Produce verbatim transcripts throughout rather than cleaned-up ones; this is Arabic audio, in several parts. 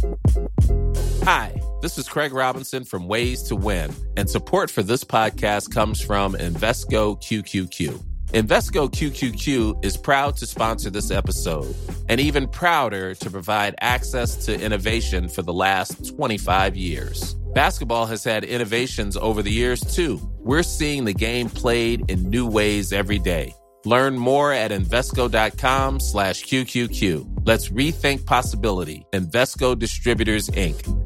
Hi, this is Craig Robinson from Ways to Win, and support for this podcast comes from Invesco Q Q Q. Invesco Q Q Q is proud to sponsor this episode, and even prouder to provide access to innovation for the last twenty-five years. Basketball has had innovations over the years, too. We're seeing the game played in new ways every day. Learn more at Invesco.com slash QQQ. Let's rethink possibility. Invesco Distributors, Incorporated.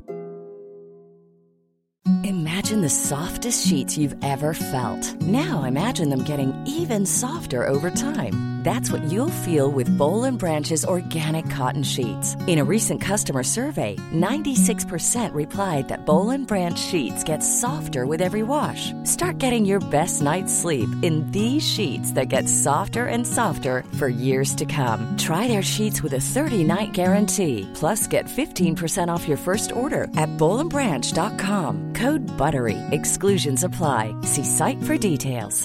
Imagine the softest sheets you've ever felt. Now imagine them getting even softer over time. That's what you'll feel with Boll and Branch's organic cotton sheets. In a recent customer survey, ninety-six percent replied that Boll and Branch sheets get softer with every wash. Start getting your best night's sleep in these sheets that get softer and softer for years to come. Try their sheets with a thirty-night guarantee. Plus, get fifteen percent off your first order at boll and branch dot com. Code BUTTERY. Exclusions apply. See site for details.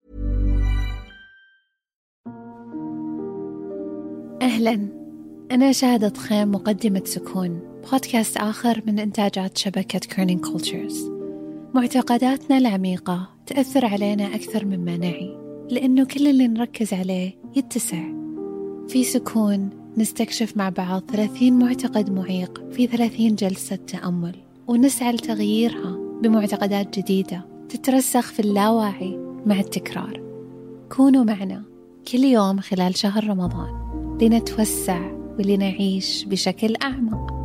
أهلاً، أنا شاهدة خيم مقدمة سكون، بودكاست آخر من إنتاجات شبكة كيرنينج كولتشرز. معتقداتنا العميقة تأثر علينا أكثر مما نعي، لأنه كل اللي نركز عليه يتسع. في سكون نستكشف مع بعض ثلاثين معتقد معيق في ثلاثين جلسة تأمل، ونسعى لتغييرها بمعتقدات جديدة تترسخ في اللاواعي مع التكرار. كونوا معنا كل يوم خلال شهر رمضان لنتوسع ولنعيش بشكل أعمق.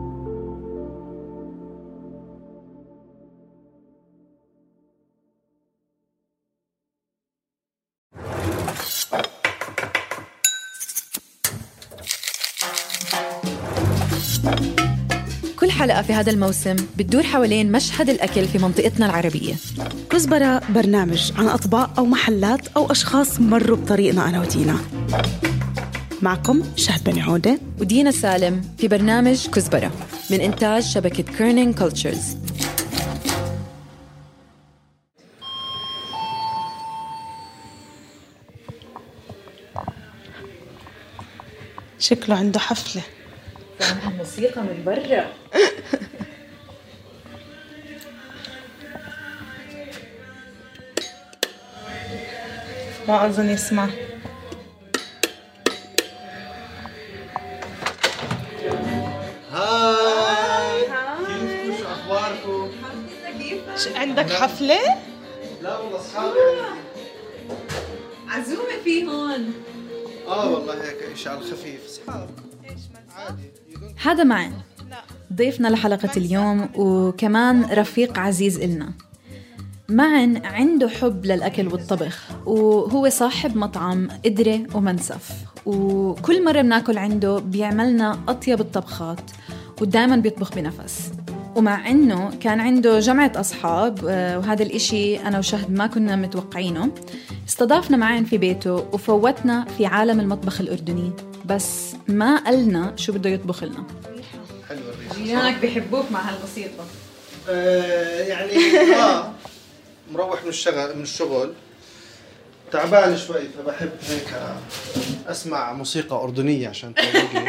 كل حلقة في هذا الموسم بتدور حوالين مشهد الأكل في منطقتنا العربية. كزبرة برنامج عن أطباق أو محلات أو أشخاص مروا بطريقنا أنا ودينا. معكم شهد بن عودة ودينا سالم في برنامج كزبرة من إنتاج شبكة كيرنينج كولتشرز. شكله عنده حفلة. سامع الموسيقى من برا. ما أظن يسمع. هاي كيفكم؟ شو أخباركم؟ عندك حفلة؟ لا والله أصحابي عزومة في هون. آه والله هيك إيش على الخفيف أصحاب عادي. هذا معن ضيفنا لحلقة اليوم وكمان رفيق عزيز إلنا. معن عنده حب للأكل والطبخ، وهو صاحب مطعم قدرة ومنسف، وكل مرة بناكل عنده بيعملنا أطيب الطبخات ودائما بيطبخ بنفس. ومع أنه كان عنده جمعة أصحاب وهذا الإشي أنا وشهد ما كنا متوقعينه، استضافنا معن في بيته وفوتنا في عالم المطبخ الأردني، بس ما قلنا شو بده يطبخ لنا. حلوة الريحة. جيرانك بيحبوك مع هالموسيقى. آه يعني آه مروح من الشغل من الشغل تعبان شوي، فبحب هيك أسمع موسيقى أردنية عشان تروقني.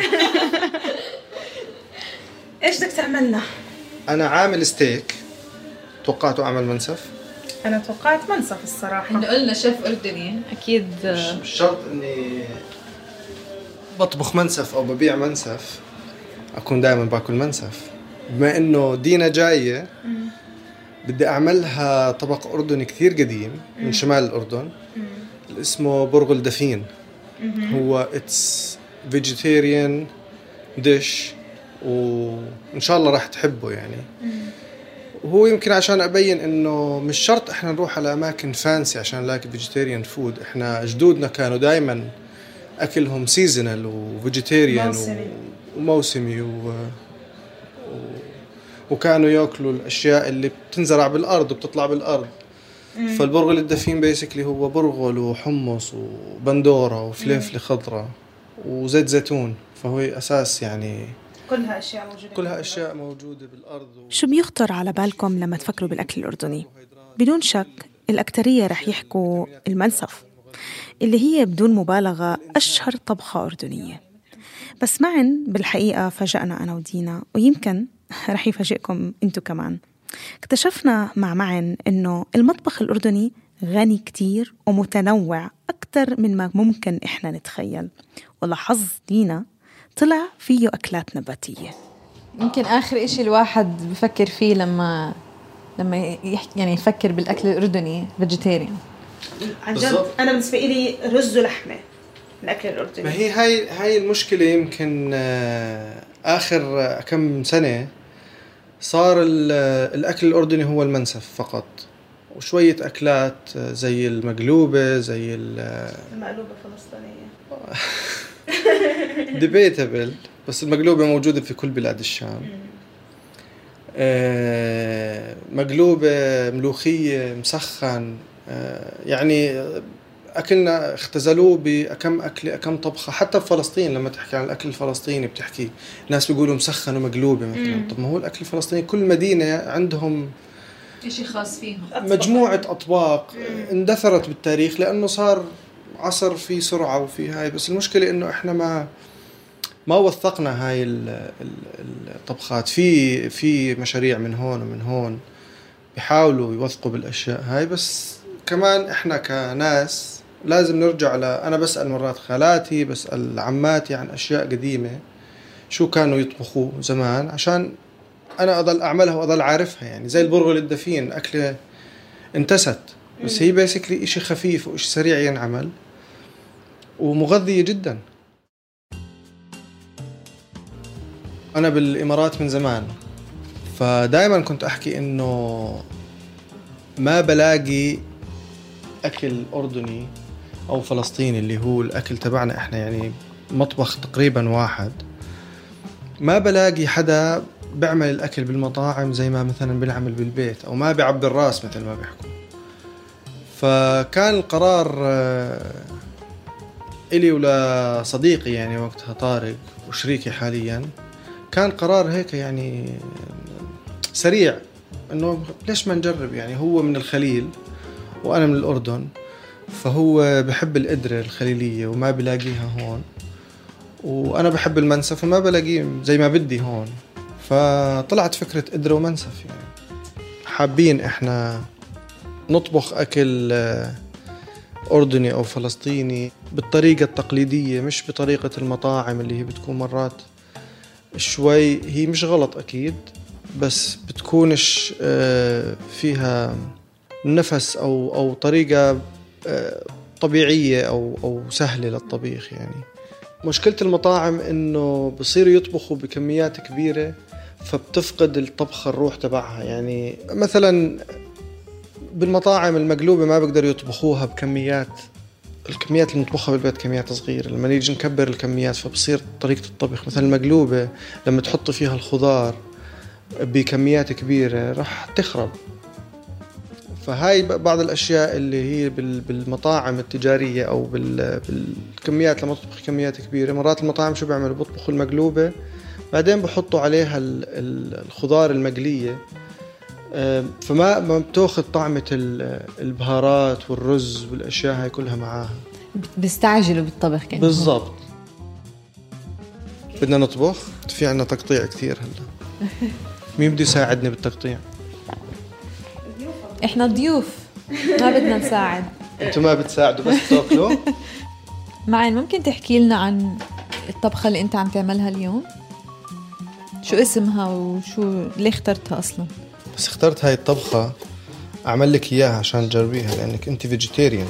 إيش بدك تعملنا؟ أنا عامل ستيك. توقعتوا أعمل منسف؟ أنا توقعت منسف الصراحة. إنه قلنا شيف أردني أكيد. مش, مش شرط إني بطبخ منسف أو ببيع منسف أكون دائما باكل منسف. بما إنه دينا جاية بدي أعملها طبق أردني كثير قديم من شمال الأردن اسمه برغل دفين. هو it's vegetarian dish وإن شاء الله راح تحبه يعني. وهو يمكن عشان أبين إنه مش شرط إحنا نروح على أماكن فانسي عشان نلاقي vegetarian food. إحنا جدودنا كانوا دايما أكلهم seasonal و vegetarian وموسمي و... و... وكانوا يأكلوا الأشياء اللي بتنزرع بالأرض وبتطلع بالأرض. مم. فالبرغل الدفين بيسكلي هو برغل وحمص وبندورة وفليفلة خضراء وزيت زيتون، فهو أساس يعني كلها أشياء موجودة كلها أشياء موجودة بالأرض. و... شو بيخطر على بالكم لما تفكروا بالأكل الأردني؟ بدون شك الأكترية رح يحكوا المنسف اللي هي بدون مبالغة أشهر طبخة أردنية. بس معن بالحقيقة فاجأنا أنا ودينا، ويمكن رح يفاجئكم أنتو كمان. اكتشفنا مع معن إنه المطبخ الأردني غني كتير ومتنوع أكتر من ما ممكن إحنا نتخيل، ولحظ دينا طلع فيه أكلات نباتية. يمكن آخر إشي الواحد بفكر فيه لما لما يحكي يعني يفكر بالأكل الأردني فيجيتيريان. عن جد أنا بالنسبة لي رز ولحمة الأكل الأردني. ما هي هاي هاي المشكلة. يمكن آخر كم سنة صار الأكل الأردني هو المنسف فقط، وشوية أكلات زي المقلوبة زي المقلوبة الفلسطينية debatable، بس المقلوبة موجودة في كل بلاد الشام. آه مقلوبة، ملوخية، مسخن، آه يعني أكلنا اختزلوه بكم أكل كم طبخة. حتى في فلسطين لما تحكي عن الأكل الفلسطيني بتحكي الناس بيقولوا مسخن ومقلوبة مثلا. طب ما هو الأكل الفلسطيني كل مدينة عندهم إشي خاص فيهم، مجموعة أطباق اندثرت بالتاريخ لأنه صار عصر في سرعة وفي هاي. بس المشكلة إنه إحنا ما ما وثقنا هاي الطبخات. في في مشاريع من هون ومن هون بيحاولوا يوثقوا بالأشياء هاي، بس كمان إحنا كناس لازم نرجع ل أنا بسأل مرات خالاتي، بسأل عماتي عن أشياء قديمة شو كانوا يطبخوا زمان عشان أنا أضل أعملها وأضل عارفها. يعني زي البرغل الدفين، أكلة انتست بس هي بيسكلي إشي خفيف وإشي سريع ينعمل ومغذية جدا. أنا بالإمارات من زمان، فدائما كنت أحكي إنه ما بلاقي أكل أردني أو فلسطيني اللي هو الأكل تبعنا إحنا، يعني مطبخ تقريبا واحد. ما بلاقي حدا بعمل الأكل بالمطاعم زي ما مثلا بنعمل بالبيت، أو ما بيعبي الراس مثل ما بيحكوا. فكان القرار إلي ولا صديقي يعني وقتها طارق وشريكي حاليا، كان قرار هيك يعني سريع إنه ليش ما نجرب. يعني هو من الخليل وأنا من الأردن، فهو بحب القدرة الخليلية وما بلاقيها هون، وأنا بحب المنسف وما بلاقيه زي ما بدي هون. فطلعت فكرة قدرة ومنسف. يعني حابين إحنا نطبخ أكل أردني أو فلسطيني بالطريقة التقليدية، مش بطريقة المطاعم اللي هي بتكون مرات شوي، هي مش غلط أكيد، بس بتكونش فيها نفس أو أو طريقة طبيعية أو أو سهلة للطبيخ. يعني مشكلة المطاعم إنه بصيروا يطبخوا بكميات كبيرة فبتفقد الطبخة الروح تبعها. يعني مثلا بالمطاعم المقلوبة ما بقدروا يطبخوها بكميات، الكميات اللي نطبخها بالبيت كميات صغيرة. لما نيجي نكبر الكميات فبصير طريقة الطبخ مثلا المقلوبة لما تحط فيها الخضار بكميات كبيرة راح تخرب. فهاي بعض الأشياء اللي هي بالمطاعم التجارية أو بالكميات، لما تطبخ كميات كبيرة مرات المطاعم شو بيعملوا؟ بيطبخوا المقلوبة بعدين بحطوا عليها الخضار المقلية، فما ما بتاخذ طعمة البهارات والرز والأشياء هاي كلها معاها. بيستعجلوا بالطبخ كمان. بالضبط. بدنا نطبخ، في عنا تقطيع كثير هلا. مين بده يساعدني بالتقطيع؟ احنا ضيوف ما بدنا نساعد. انتوا ما بتساعدوا بس تاكلوا؟ معين ممكن تحكي لنا عن الطبخة اللي انت عم تعملها اليوم؟ شو اسمها وشو ليه اخترتها اصلا؟ بس اخترت هاي الطبخة اعمل لك اياها عشان تجربيها لانك انت فيجيتيريان.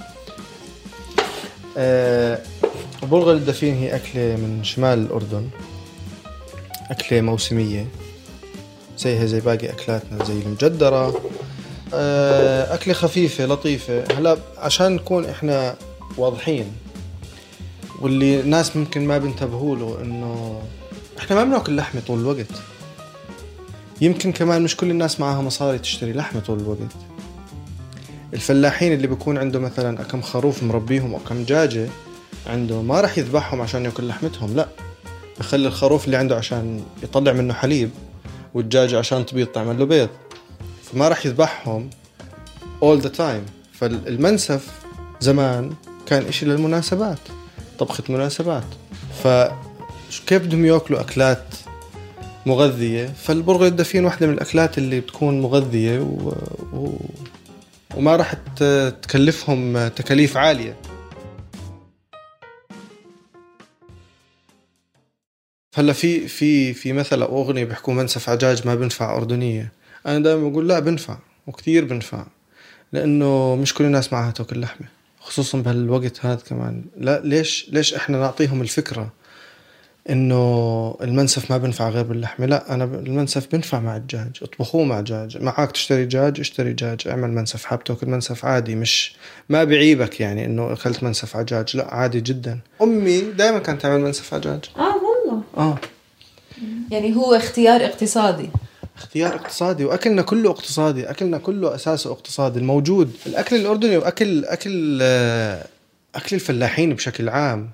أه البرغل الدفين هي اكلة من شمال الاردن، اكلة موسمية زيها زي باقي اكلاتنا زي المجدرة. أه اكلة خفيفة لطيفة. هلا عشان نكون احنا واضحين، واللي الناس ممكن ما بينتبهوا له، انه احنا ما بناكل لحمة طول الوقت. يمكن كمان مش كل الناس معاها مصاري تشتري لحمة طول الوقت. الفلاحين اللي بيكون عنده مثلا كم خروف مربيهم او كم دجاجة عنده، ما راح يذبحهم عشان ياكل لحمتهم، لا، بخلي الخروف اللي عنده عشان يطلع منه حليب، والدجاجة عشان تبيض تعمل له بيض، فما راح يذبحهم all the time. فالمنسف زمان كان إشي للمناسبات، طبخة مناسبات. كيف بدهم يأكلوا أكلات مغذية. فالبرغل الدفين واحدة من الأكلات اللي بتكون مغذية و... و... وما راح تكلفهم تكاليف عالية. هلا في في في مثل أو أغنية بيحكوا منسف عجاج ما بنفع أردنية. أنا دائما بقول لا، بنفع وكتير بنفع، لأنه مش كل الناس معها تاكل لحمة، خصوصا بهالوقت هذا كمان. لا ليش ليش إحنا نعطيهم الفكرة إنه المنسف ما بنفع غير باللحمة؟ لا، أنا المنسف بنفع مع الدجاج، اطبخوه مع دجاج. معاك تشتري دجاج، اشتري دجاج، اعمل منسف. حاب تاكل منسف عادي، مش ما بعيبك يعني إنه أكلت منسف عجاج، لا عادي جدا. أمي دائما كانت تعمل منسف عجاج. آه والله. آه يعني هو اختيار اقتصادي. اختيار اقتصادي، واكلنا كله اقتصادي، اكلنا كله اساسه اقتصادي. الموجود الاكل الاردني واكل اكل اكل الفلاحين بشكل عام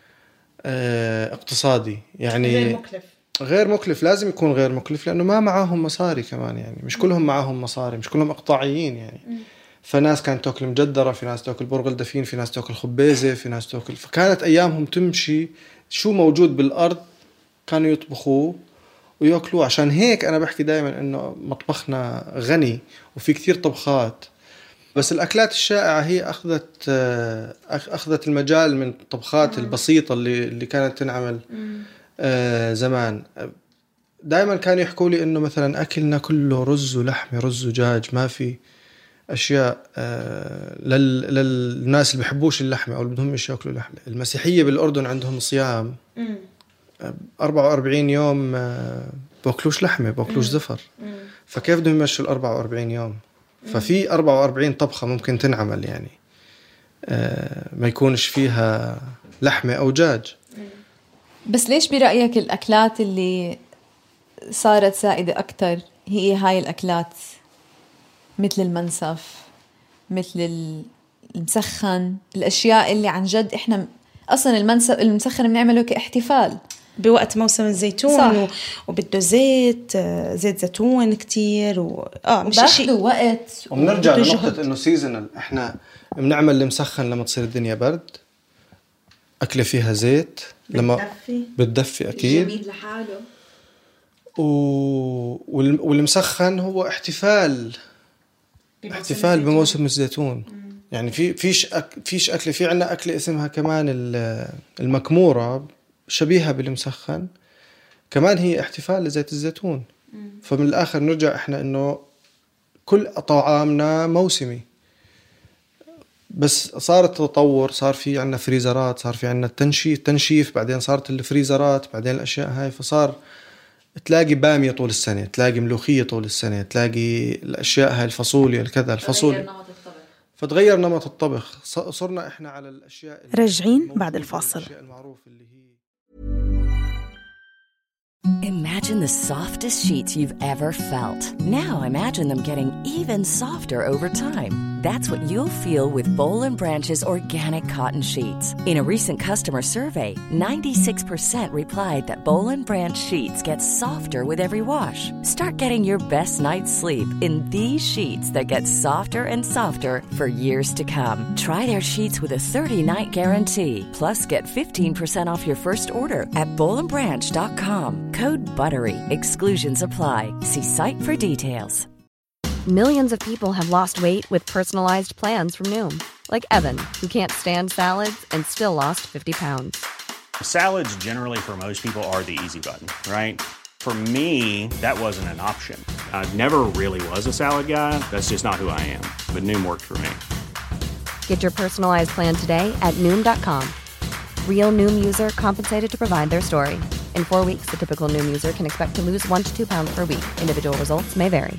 اقتصادي، يعني غير مكلف. غير مكلف، لازم يكون غير مكلف، لانه ما معاهم مصاري كمان، يعني مش كلهم معاهم مصاري، مش كلهم اقطاعيين يعني. فناس كانت تاكل مجدره، في ناس تاكل برغل دفين، في ناس تاكل خبيزه، في ناس تاكل. فكانت ايامهم تمشي شو موجود بالارض كانوا يطبخوه ويأكلوا. عشان هيك أنا بحكي دائما إنه مطبخنا غني وفي كتير طبخات. بس الأكلات الشائعة هي أخذت أخذت المجال من الطبخات البسيطة اللي اللي كانت تنعمل زمان. دائما كانوا يحكوا لي إنه مثلا أكلنا كله رز ولحمة، رز ودجاج، ما في أشياء لل للناس اللي بيحبوش اللحمة أو اللي بدهم مش يأكلوا لحمة. المسيحية بالأردن عندهم صيام أربعة وأربعين يوم باكلوش لحمة، باكلوش زفر. فكيف بدهم يمشوا الأربعة وأربعين يوم؟ ففي أربعة وأربعين طبخة ممكن تنعمل يعني ما يكونش فيها لحمة أو دجاج. بس ليش برأيك الأكلات اللي صارت سائدة أكتر هي هاي الأكلات، مثل المنسف، مثل المسخن، الأشياء اللي عن جد إحنا أصلا المنسف المسخن بنعمله كاحتفال بوقت موسم الزيتون و... وبده زيت زيت زيتون كتير و... اه مش شيء وقت. وبنرجع لنقطة إنه سيزونال. إحنا بنعمل المسخن لما تصير الدنيا برد، أكلة فيها زيت لما بتدفي, بتدفي أكيد جميل لحاله. و... وال... والمسخن هو احتفال احتفال بموسم الزيتون. مم. يعني في فيش أك... فيش أكلة. في عنا أكلة اسمها كمان المكمورة شبيهة بالمسخن، كمان هي احتفال لزيت الزيتون. مم. فمن الآخر نرجع إحنا إنه كل طعامنا موسمي. بس صار التطور، صار في عنا فريزرات، صار في عنا التنشيف تنشيف بعدين صارت الفريزرات، بعدين الأشياء هاي. فصار تلاقي بامية طول السنة، تلاقي ملوخية طول السنة، تلاقي الأشياء هاي الفاصوليا الكذا الفاصوليا. فتغير نمط الطبخ. صرنا إحنا على الأشياء. راجعين بعد الفاصل. Imagine the softest sheets you've ever felt. Now imagine them getting even softer over time. That's what you'll feel with Boll and Branch's organic cotton sheets. In a recent customer survey, ninety-six percent replied that Boll and Branch sheets get softer with every wash. Start getting your best night's sleep in these sheets that get softer and softer for years to come. Try their sheets with a thirty-night guarantee. Plus, get fifteen percent off your first order at boll and branch dot com. Code BUTTERY. Exclusions apply. See site for details. Millions of people have lost weight with personalized plans from Noom. Like Evan, who can't stand salads and still lost fifty pounds. Salads generally for most people are the easy button, right? For me, that wasn't an option. I never really was a salad guy. That's just not who I am. But Noom worked for me. Get your personalized plan today at Noom dot com. Real Noom user compensated to provide their story. In four weeks, the typical Noom user can expect to lose one to two pounds per week. Individual results may vary.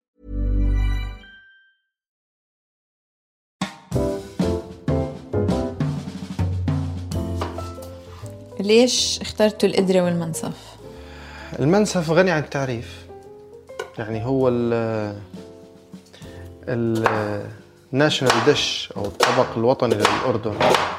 ليش اخترتوا القدرة والمنسف؟ المنسف غني عن التعريف. يعني هو ال الناشونال ديش أو الطبق الوطني للأردن.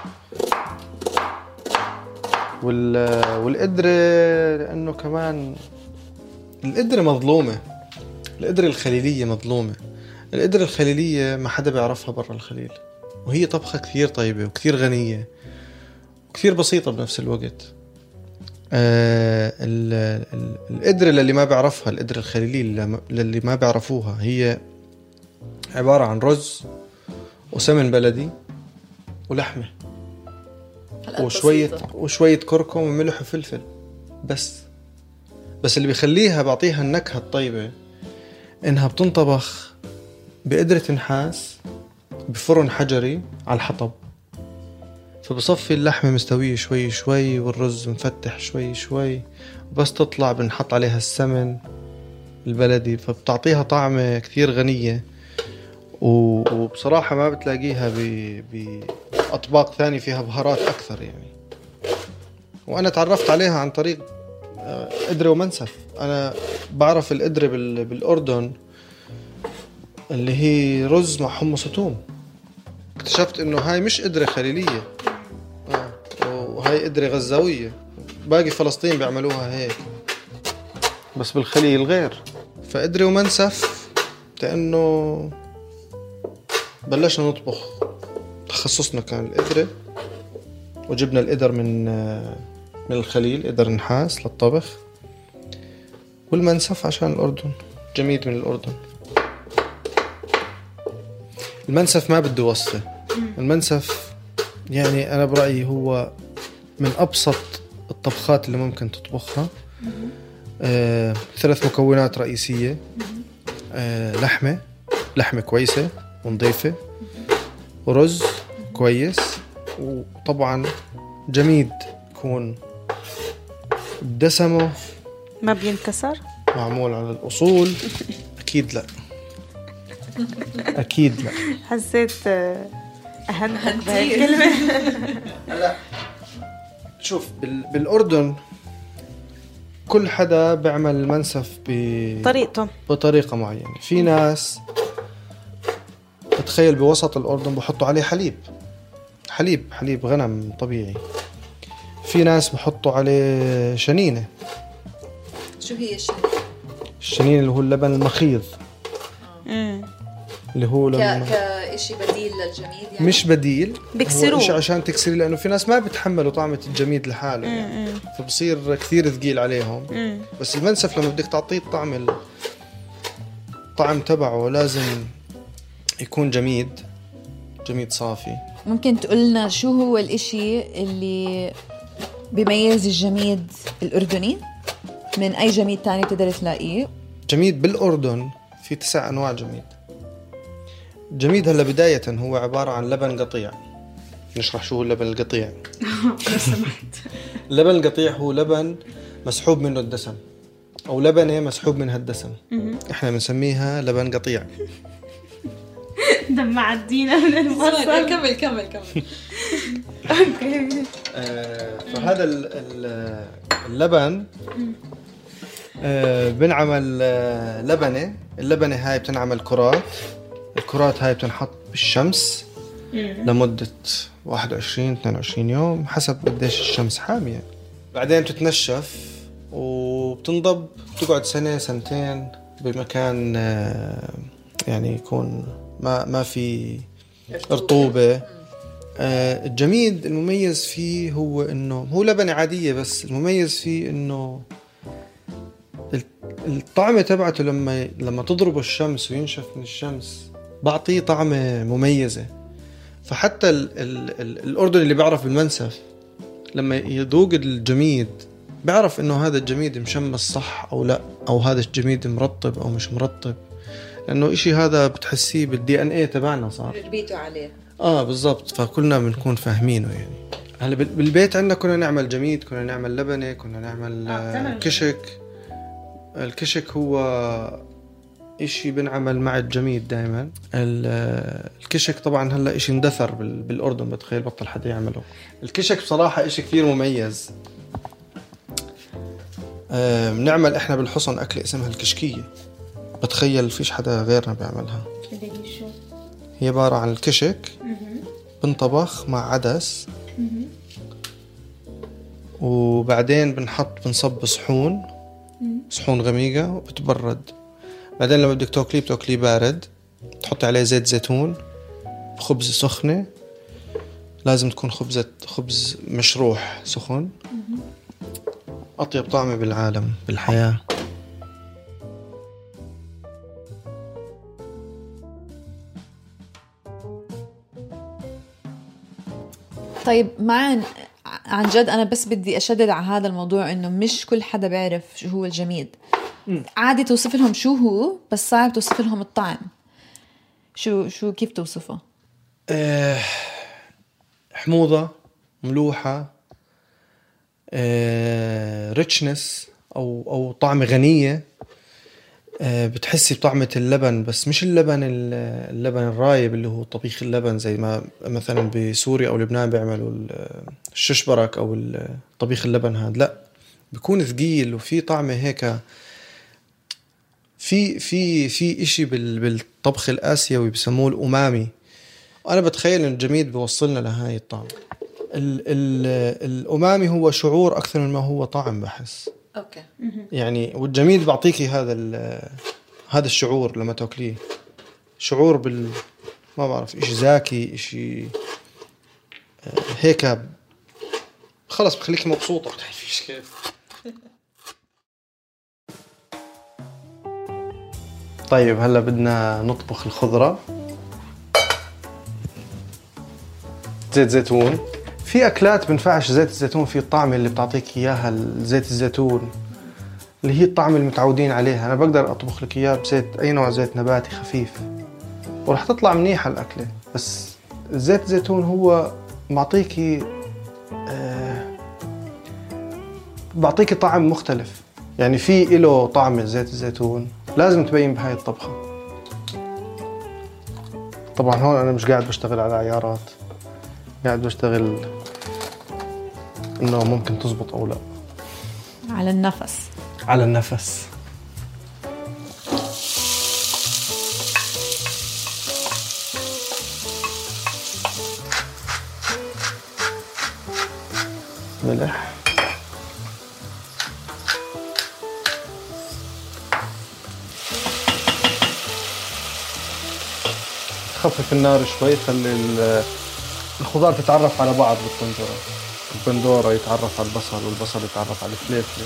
والقدرة لأنه كمان القدرة مظلومة. القدرة الخليلية مظلومة. القدرة الخليلية ما حدا بيعرفها برا الخليل، وهي طبخة كثير طيبة وكثير غنية وكثير بسيطة بنفس الوقت. آه القدرة اللي ما بيعرفها، القدرة الخليلية اللي ما بيعرفوها، هي عبارة عن رز وسمن بلدي ولحمة وشوية وشوية كركم وملح وفلفل بس. بس اللي بيخليها بعطيها النكهة الطيبة إنها بتنطبخ بقدرة نحاس بفرن حجري على الحطب، فبصفي اللحمة مستوية شوي شوي والرز مفتح شوي شوي، وبس تطلع بنحط عليها السمن البلدي، فبتعطيها طعمة كثير غنية. وبصراحة ما بتلاقيها بأطباق ثانية فيها بهارات أكثر يعني. وأنا تعرفت عليها عن طريق قدرة ومنسف. أنا بعرف القدرة بالأردن اللي هي رز مع حمص وثوم. اكتشفت إنه هاي مش قدرة خليلية، آه. وهاي قدرة غزاوية، باقي فلسطين بيعملوها هيك بس بالخليل غير. فقدرة ومنسف لأنه بلشنا نطبخ، تخصصنا كان القدرة، وجبنا القدر من من الخليل، قدر نحاس للطبخ، والمنسف عشان الأردن، جميد من الأردن. المنسف ما بده وصفة. المنسف يعني أنا برأيي هو من أبسط الطبخات اللي ممكن تطبخها. آه، ثلاث مكونات رئيسية، آه، لحمة لحمة كويسة ونظيفة، ورز كويس، وطبعا جميد يكون دسمه ما بينكسر، معمول على الأصول. أكيد لا، أكيد لا. حسيت أهنتك بهاي الكلمة. لا شوف، بالأردن كل حدا بيعمل المنسف بطريقته بطريقة معينة. في ناس تتخيل بوسط الأردن بحطوا عليه حليب حليب حليب غنم طبيعي. في ناس بحطوا عليه شنينة. شو هي الشنينة؟ الشنينة اللي هو اللبن المخيض، آه. اللي هو لما كإشي بديل للجميد يعني. مش بديل، بيكسروه، هو إشي عشان تكسري، لأنه في ناس ما بتحملوا طعمة الجميد لحاله يعني. فبصير كثير ثقيل عليهم. مم. بس المنسف لما بدك تعطيه الطعم الطعم تبعه لازم يكون جميد جميد صافي. ممكن تقولنا شو هو الإشي اللي بيميز الجميد الأردني من أي جميد تاني تقدر تلاقيه؟ جميد بالأردن في تسع أنواع جميد. جميد هلا بداية هو عبارة عن لبن قطيع. نشرح شو هو اللبن القطيع. اللبن القطيع هو لبن مسحوب منه الدسم، أو لبنة مسحوب منها الدسم. إحنا بنسميها لبن قطيع. دم عدينا من المصر. كمل كمل كمل. اوكي. فهذا اللبن بنعمل لبنة. اللبنة هاي بتنعمل كرات. الكرات هاي بتنحط بالشمس لمدة واحد وعشرين اثنين وعشرين يوم حسب قديش الشمس حامية. بعدين بتتنشف وبتنضب، بتقعد سنة سنتين بمكان يعني يكون ما ما في رطوبة. آه الجميد المميز فيه هو إنه هو لبنة عادية، بس المميز فيه إنه الطعمة تبعته لما لما تضرب الشمس وينشف من الشمس بعطيه طعمة مميزة. فحتى ال ال ال الأردن اللي بيعرف بالمنسف لما يذوق الجميد بيعرف إنه هذا الجميد مشمس صح أو لا، أو هذا الجميد مرطب أو مش مرطب، لأنه إشي هذا بتحسيه بالدي ان ايه تبعنا صار ربيته عليه. آه بالضبط. فكلنا بنكون فاهمينه يعني. هلا بالبيت عندنا كنا نعمل جميد، كنا نعمل لبنة، كنا نعمل آه كشك. الكشك هو إشي بنعمل مع الجميد دائما. الكشك طبعا هلا إشي اندثر بالأردن، بتخيل بطل حدا يعمله. الكشك بصراحة إشي كثير مميز. آه بنعمل إحنا بالحصن أكلة اسمها الكشكية، بتخيل فيش حدا غيرنا بيعملها. هي عبارة عن الكشك بنطبخ مع عدس، وبعدين بنحط بنصب صحون صحون غميقة وبتبرد. بعدين لما بدك تاكليه بتاكليه بارد، تحطي عليه زيت زيتون، خبز سخنة، لازم تكون خبزة خبز مشروح سخن، أطيب طعم بالعالم بالحياة. طيب معن عن جد أنا بس بدي أشدد على هذا الموضوع إنه مش كل حدا بيعرف شو هو الجميد. عادي توصف لهم شو هو بس صعب توصف لهم الطعم. شو شو كيف توصفه؟ أه حموضة، ملوحة، أه ريتشنس أو أو طعم غنية. أه بتحسي بطعمة اللبن بس مش اللبن اللبن الرايب اللي هو طبيخ اللبن زي ما مثلا بسوريا أو لبنان بيعملوا الششبرك أو طبيخ اللبن هذا. لا، بيكون ثقيل وفي طعمة هيك. في في في إشي بالطبخ الآسيوي بسموه الأمامي. أنا بتخيل إن الجميد بيوصلنا لهاي الطعم. ال ال الأمامي هو شعور أكثر من ما هو طعم بحس. أوكي. يعني والجميد بعطيكي هذا هذا الشعور لما تأكليه. شعور بال ما بعرف إشي زاكي، إشي هيك خلص بخليكي مبسوطة. بتعرفيش كيف. طيب هلا بدنا نطبخ الخضرة. زيت زيتون. في أكلات بنفعش زيت الزيتون في الطعم اللي بتعطيك إياها زيت الزيتون اللي هي الطعم المتعودين عليها. أنا بقدر أطبخ لك إياه بزيت أي نوع زيت نباتي خفيف ورح تطلع منيحة الأكلة. بس زيت الزيتون هو معطيكي آه بعطيكي طعم مختلف. يعني في إله طعم زيت الزيتون لازم تبين بهاي الطبخة. طبعا هون أنا مش قاعد بشتغل على عيارات، قاعد بشتغل إنه ممكن تزبط أو لا. على النفس. على النفس. ملح. خفف النار شوي، خلي الخضار تتعرف على بعض بالطنجرة. البندورة يتعرف على البصل والبصل يتعرف على الفلفل.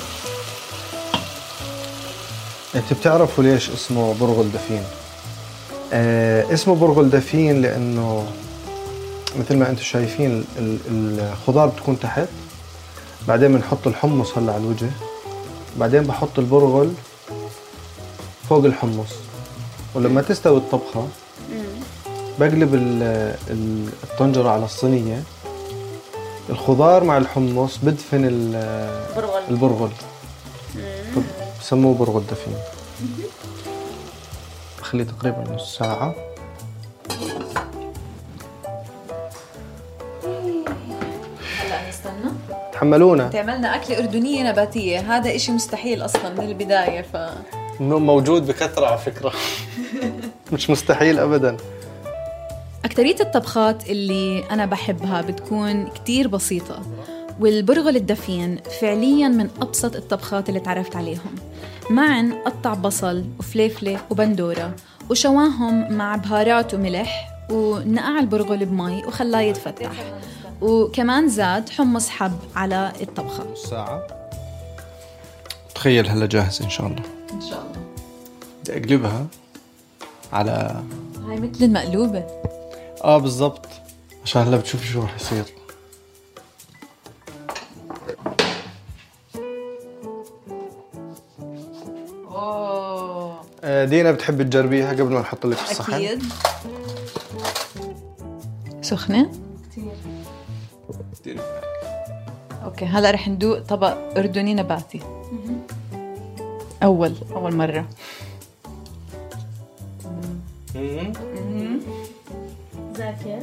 انت بتعرفوا ليش اسمه برغل دفين؟ آه اسمه برغل دفين لأنه مثل ما انتم شايفين الخضار بتكون تحت، بعدين بنحط الحمص هلا على الوجه، بعدين بحط البرغل فوق الحمص، ولما تستوي الطبخة بقلب الطنجرة على الصينية، الخضار مع الحمص بدفن البرغل, البرغل. بسموه برغل دفين. بخليه تقريبا نص ساعة. هلا نستنى. تحملونا. تعملنا أكلة أردنية نباتية، هذا إشي مستحيل أصلا من البداية. ف موجود بكثرة على فكرة. مش مستحيل أبدا. أكترية الطبخات اللي أنا بحبها بتكون كتير بسيطة، والبرغل الدفين فعلياً من أبسط الطبخات اللي تعرفت عليهم. معن قطع بصل وفليفلة وبندورة وشواهم مع بهارات وملح، ونقع البرغل بمي وخلاه يتفتح، وكمان زاد حمص حب على الطبخة. نص ساعة. تخيل هلا جاهز إن شاء الله. إن شاء الله. بدي أقلبها على هاي مثل المقلوبة. آه بالضبط، عشان هلا بتشوفي شو رح يصير. أوه. دينا بتحب تجربيها قبل ما نحط لك في الصحن؟ أكيد. سخنة؟ كتير. كتير. أوكي هلا رح ندوق طبق أردني نباتي. أول أول مرة. زاكية.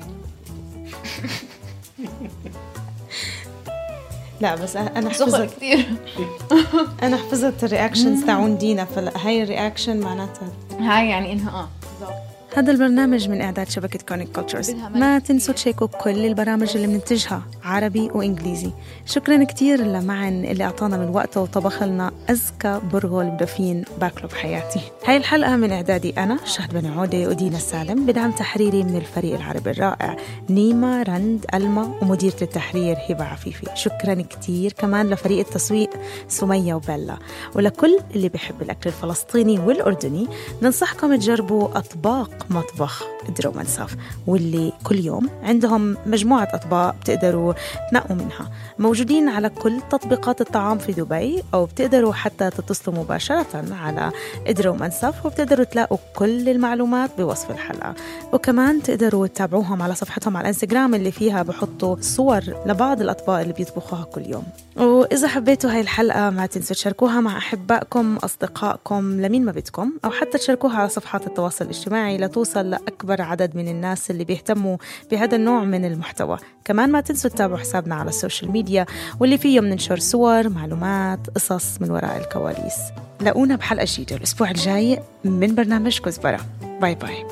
لا بس أنا حفظت كتير. أنا حفظت الرياكشنز تاعون دينا، فهاي الرياكشن معناتها هاي يعني إنها آه هذا البرنامج من إعداد شبكة كورنينج كولتشرز. ما تنسوا تشيكوا كل البرامج اللي بننتجها عربي وإنجليزي. شكرا كتير لمعن اللي أعطانا من وقته وطبخ لنا أزكى برغل بدفين باكله بحياتي. هاي الحلقة من إعدادي أنا شهد بن عودة ودينا سالم، بدعم تحريري من الفريق العربي الرائع نيما رند ألما، ومديرة التحرير هبة عفيفي. شكرا كتير كمان لفريق التسويق سمية وبيلا. ولكل اللي بيحب الأكل الفلسطيني والأردني ننصحكم تجربوا أطباق مطبخ إدرو منسف، واللي كل يوم عندهم مجموعة أطباق بتقدروا تنقوا منها، موجودين على كل تطبيقات الطعام في دبي، أو بتقدروا حتى تتصلوا مباشرة على إدرو منسف وبتقدروا تلاقوا كل المعلومات بوصف الحلقة. وكمان تقدروا تتابعوهم على صفحتهم على الانستغرام اللي فيها بحطوا صور لبعض الأطباق اللي بيطبخوها كل يوم. وإذا حبيتوا هاي الحلقة ما تنسوا تشاركوها مع أحبائكم أصدقائكم لمين ما بدكم، أو حتى تشاركوها على صفحات التواصل الاجتماعي لتوصل لأكبر عدد من الناس اللي بيهتموا بهذا النوع من المحتوى. كمان ما تنسوا تتابعوا حسابنا على السوشيال ميديا واللي فيه مننشر صور معلومات قصص من وراء الكواليس. لاقونا بحلقة جديدة الأسبوع الجاي من برنامج كزبرة. باي باي.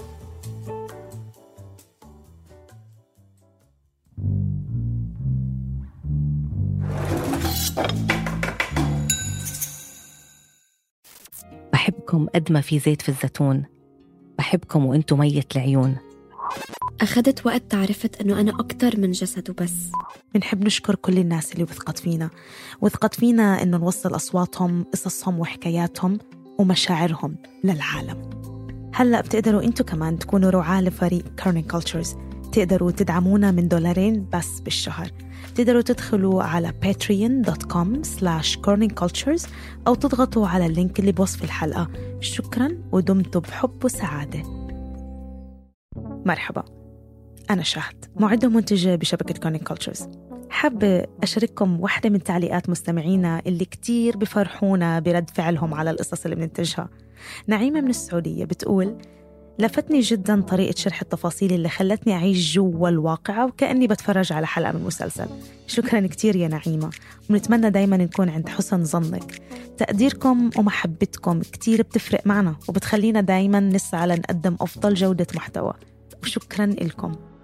بحبكم قد ما في زيت في الزيتون، بحبكم وانتو مية العيون. أخذت وقت تعرفت أنه أنا أكتر من جسد وبس. بنحب نشكر كل الناس اللي وثقت فينا وثقت فينا إنه نوصل أصواتهم، قصصهم وحكاياتهم ومشاعرهم للعالم. هلأ بتقدروا انتو كمان تكونوا رعاة لفريق كورنينج كولتشرز. تقدروا تدعمونا من دولارين بس بالشهر. تقدروا تدخلوا على patreon dot com slash corning cultures أو تضغطوا على اللينك اللي بوصف الحلقة. شكراً ودمتوا بحب وسعادة. مرحبا، أنا شهد، معدة ومنتجة بشبكة كورنينج كولتشرز. حابة أشارككم واحدة من تعليقات مستمعينا اللي كتير بفرحونا برد فعلهم على القصص اللي بننتجها. نعيمة من السعودية بتقول: لفتني جداً طريقة شرح التفاصيل اللي خلتني أعيش جوا الواقعة وكأني بتفرج على حلقة من مسلسل. شكراً كتير يا نعيمة، ونتمنى دايماً نكون عند حسن ظنك. تقديركم ومحبتكم كتير بتفرق معنا وبتخلينا دايماً نسعى لنقدم أفضل جودة محتوى، وشكراً لكم.